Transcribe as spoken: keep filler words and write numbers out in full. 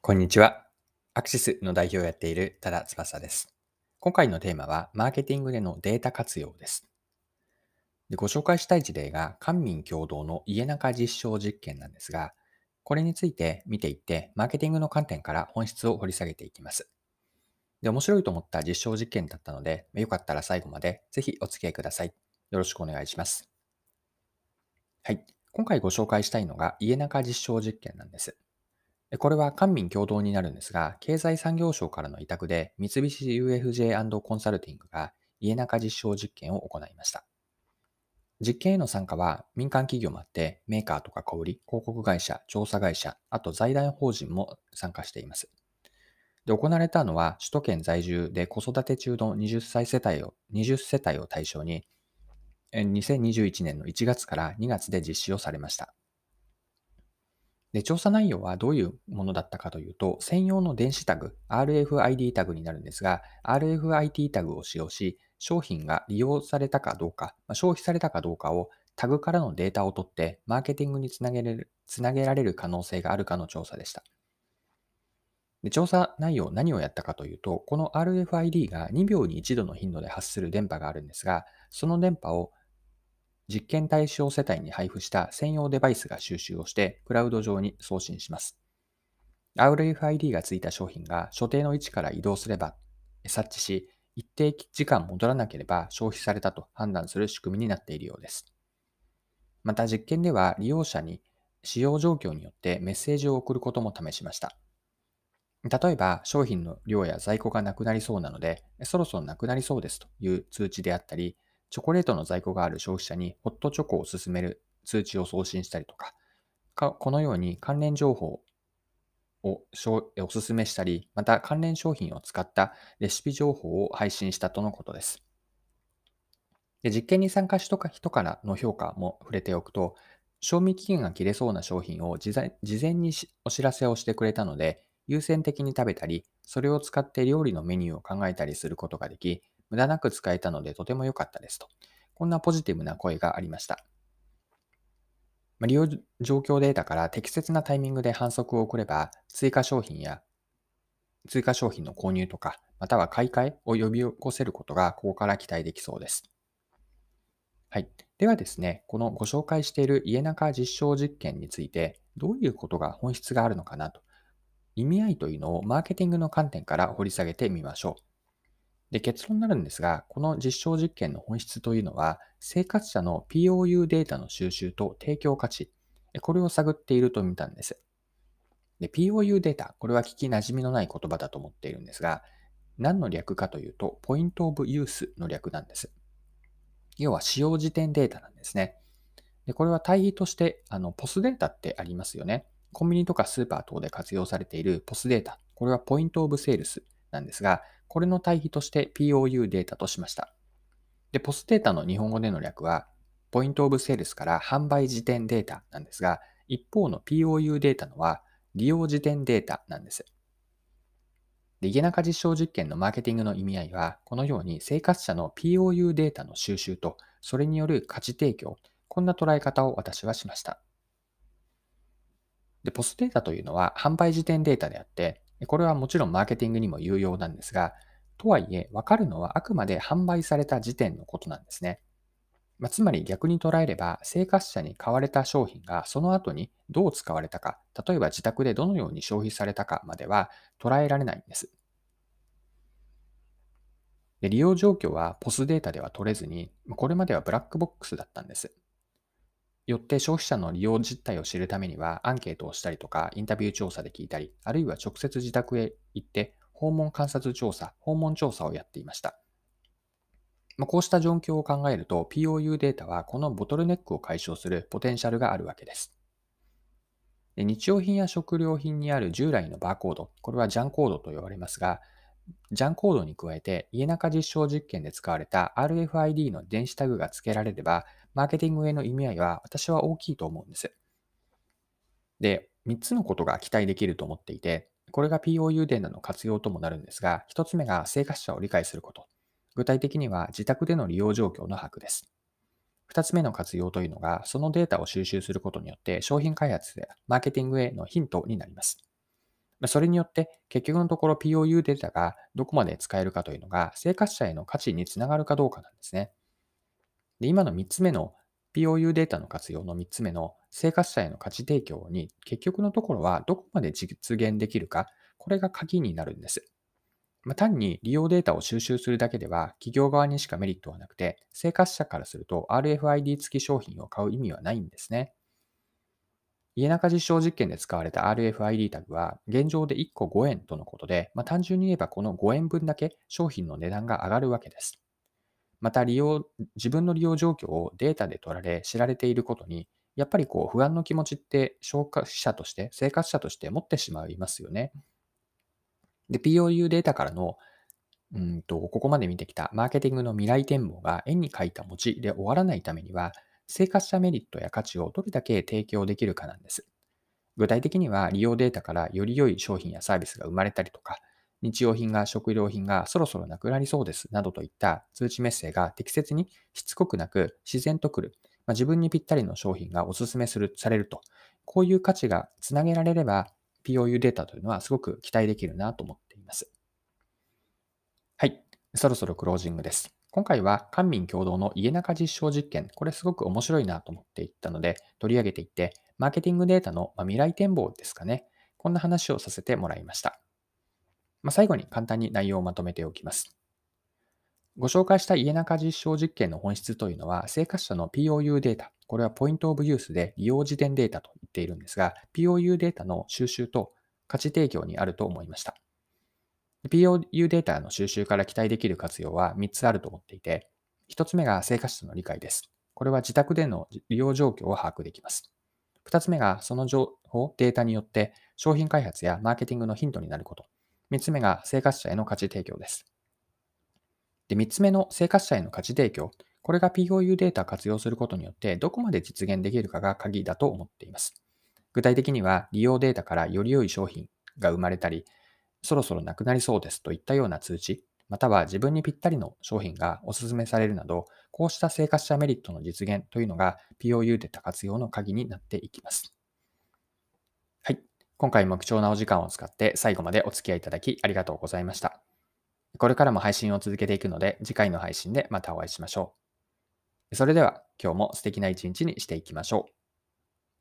こんにちは。アクシスの代表をやっている多田翼です。今回のテーマは、マーケティングでのデータ活用です。でご紹介したい事例が、官民共同の家中実証実験なんですが、これについて見ていって、マーケティングの観点から本質を掘り下げていきます。で、面白いと思った実証実験だったので、よかったら最後までぜひお付き合いください。よろしくお願いします。はい。今回ご紹介したいのが、家中実証実験なんです。これは官民共同になるんですが、経済産業省からの委託で、三菱 ユーエフジェー& コンサルティングが家中実証実験を行いました。実験への参加は民間企業もあって、メーカーとか小売、広告会社、調査会社、あと財団法人も参加しています。で、行われたのは、首都圏在住で子育て中のはたち世帯を、にじゅう世帯を対象に、えにせんにじゅういちねんのいちがつからにがつで実施をされました。で、調査内容はどういうものだったかというと、専用の電子タグ、アールエフアイディー タグになるんですが、アールエフアイディー タグを使用し、商品が利用されたかどうか、まあ消費されたかどうかをタグからのデータを取って、マーケティングにつなげれる、つなげられる可能性があるかの調査でした。で、調査内容、何をやったかというと、この アールエフアイディー がにびょうにいちどの頻度で発する電波があるんですが、その電波を実験対象世帯に配布した専用デバイスが収集をして、クラウド上に送信します。アールエフアイディー がついた商品が所定の位置から移動すれば、察知し、一定時間戻らなければ消費されたと判断する仕組みになっているようです。また実験では利用者に使用状況によってメッセージを送ることも試しました。例えば商品の量や在庫がなくなりそうなので、そろそろなくなりそうですという通知であったり、チョコレートの在庫がある消費者にホットチョコを勧める通知を送信したりとか、かこのように関連情報をしょお勧めしたり、また関連商品を使ったレシピ情報を配信したとのことです。で、実験に参加した人からの評価も触れておくと、賞味期限が切れそうな商品を事前事前にしお知らせをしてくれたので、優先的に食べたり、それを使って料理のメニューを考えたりすることができ、無駄なく使えたのでとても良かったですと。こんなポジティブな声がありました。まあ利用状況データから適切なタイミングで反則を送れば、追加商品や追加商品の購入とか、または買い替えを呼び起こせることがここから期待できそうです。はい。ではですね、このご紹介している家中実証実験について、どういうことが本質があるのかなと、意味合いというのをマーケティングの観点から掘り下げてみましょう。で、結論になるんですが、この実証実験の本質というのは、生活者の ピーオーユー データの収集と提供価値、これを探っていると見たんです。で、ピーオーユー データ、これは聞き馴染みのない言葉だと思っているんですが、何の略かというと、ポイントオブユースの略なんです。要は使用時点データなんですね。で、これは対比として、あの、ポスデータってありますよね。コンビニとかスーパー等で活用されているポスデータ。これはポイントオブセールスなんですが、これの対比として ピーオーユー データとしました。で、ポスデータの日本語での略は、ポイントオブセールスから販売時点データなんですが、一方の ピーオーユー データのは利用時点データなんです。で、家中実証実験のマーケティングの意味合いは、このように生活者の ピーオーユー データの収集と、それによる価値提供、こんな捉え方を私はしました。で、ポスデータというのは販売時点データであって、これはもちろんマーケティングにも有用なんですが、とはいえ、わかるのはあくまで販売された時点のことなんですね。まあ、つまり逆に捉えれば、生活者に買われた商品がその後にどう使われたか、例えば自宅でどのように消費されたかまでは捉えられないんです。で、利用状況はポスデータでは取れずに、これまではブラックボックスだったんです。よって消費者の利用実態を知るためにはアンケートをしたりとか、インタビュー調査で聞いたり、あるいは直接自宅へ行って訪問観察調査、訪問調査をやっていました。まあ、こうした状況を考えると ピーオーユー データはこのボトルネックを解消するポテンシャルがあるわけです。で、日用品や食料品にある従来のバーコード、これはジャンコードと呼ばれますが、ジャンコードに加えて家中実証実験で使われた アールエフアイディー の電子タグが付けられれば、マーケティングへの意味合いは私は大きいと思うんです。で、みっつのことが期待できると思っていて、これが ピーオーユー データの活用ともなるんですが、ひとつめが生活者を理解すること。具体的には自宅での利用状況の把握です。ふたつめの活用というのが、そのデータを収集することによって商品開発やマーケティングへのヒントになります。 まあそれによって結局のところ ピーオーユー データがどこまで使えるかというのが生活者への価値につながるかどうかなんですね。で、今のみっつめの ピーオーユー データの活用のみっつめの生活者への価値提供に結局のところはどこまで実現できるか、これが鍵になるんです。まあ、単に利用データを収集するだけでは企業側にしかメリットはなくて、生活者からすると アールエフアイディー 付き商品を買う意味はないんですね。家中実証実験で使われた アールエフアイディー タグは現状でいっこごえんとのことで、まあ、単純に言えばこのごえんぶんだけ商品の値段が上がるわけです。また利用、自分の利用状況をデータで取られ知られていることに、やっぱりこう不安の気持ちって消費者として、生活者として持ってしまいますよね。で、ピーオーユー データからのうんと、ここまで見てきたマーケティングの未来展望が絵に描いた餅で終わらないためには、生活者メリットや価値をどれだけ提供できるかなんです。具体的には利用データからより良い商品やサービスが生まれたりとか、日用品が食料品がそろそろなくなりそうですなどといった通知メッセージが適切にしつこくなく自然と来る、まあ、自分にぴったりの商品がおすすめするされると、こういう価値がつなげられれば ピーオーユー データというのはすごく期待できるなと思っています。はい。そろそろクロージングです。今回は官民共同の家中実証実験、これすごく面白いなと思っていったので取り上げていって、マーケティングデータのまあ未来展望ですかね。こんな話をさせてもらいました。まあ、最後に簡単に内容をまとめておきます。ご紹介した家中実証実験の本質というのは、生活者の ピーオーユー データ、これはポイントオブユースで利用時点データと言っているんですが、ピーオーユー データの収集と価値提供にあると思いました。ピーオーユー データの収集から期待できる活用はみっつあると思っていて、ひとつめが生活者の理解です。これは自宅での利用状況を把握できます。ふたつめがその情報、データによって商品開発やマーケティングのヒントになること。みっつめが生活者への価値提供です。で、みっつめの生活者への価値提供。これが ピーオーユー データを活用することによってどこまで実現できるかが鍵だと思っています。具体的には利用データからより良い商品が生まれたり、そろそろなくなりそうですといったような通知、または自分にぴったりの商品がお勧めされるなど、こうした生活者メリットの実現というのが ピーオーユー データ活用の鍵になっていきます。はい。今回も貴重なお時間を使って最後までお付き合いいただきありがとうございました。これからも配信を続けていくので、次回の配信でまたお会いしましょう。それでは今日も素敵な一日にしていきましょう。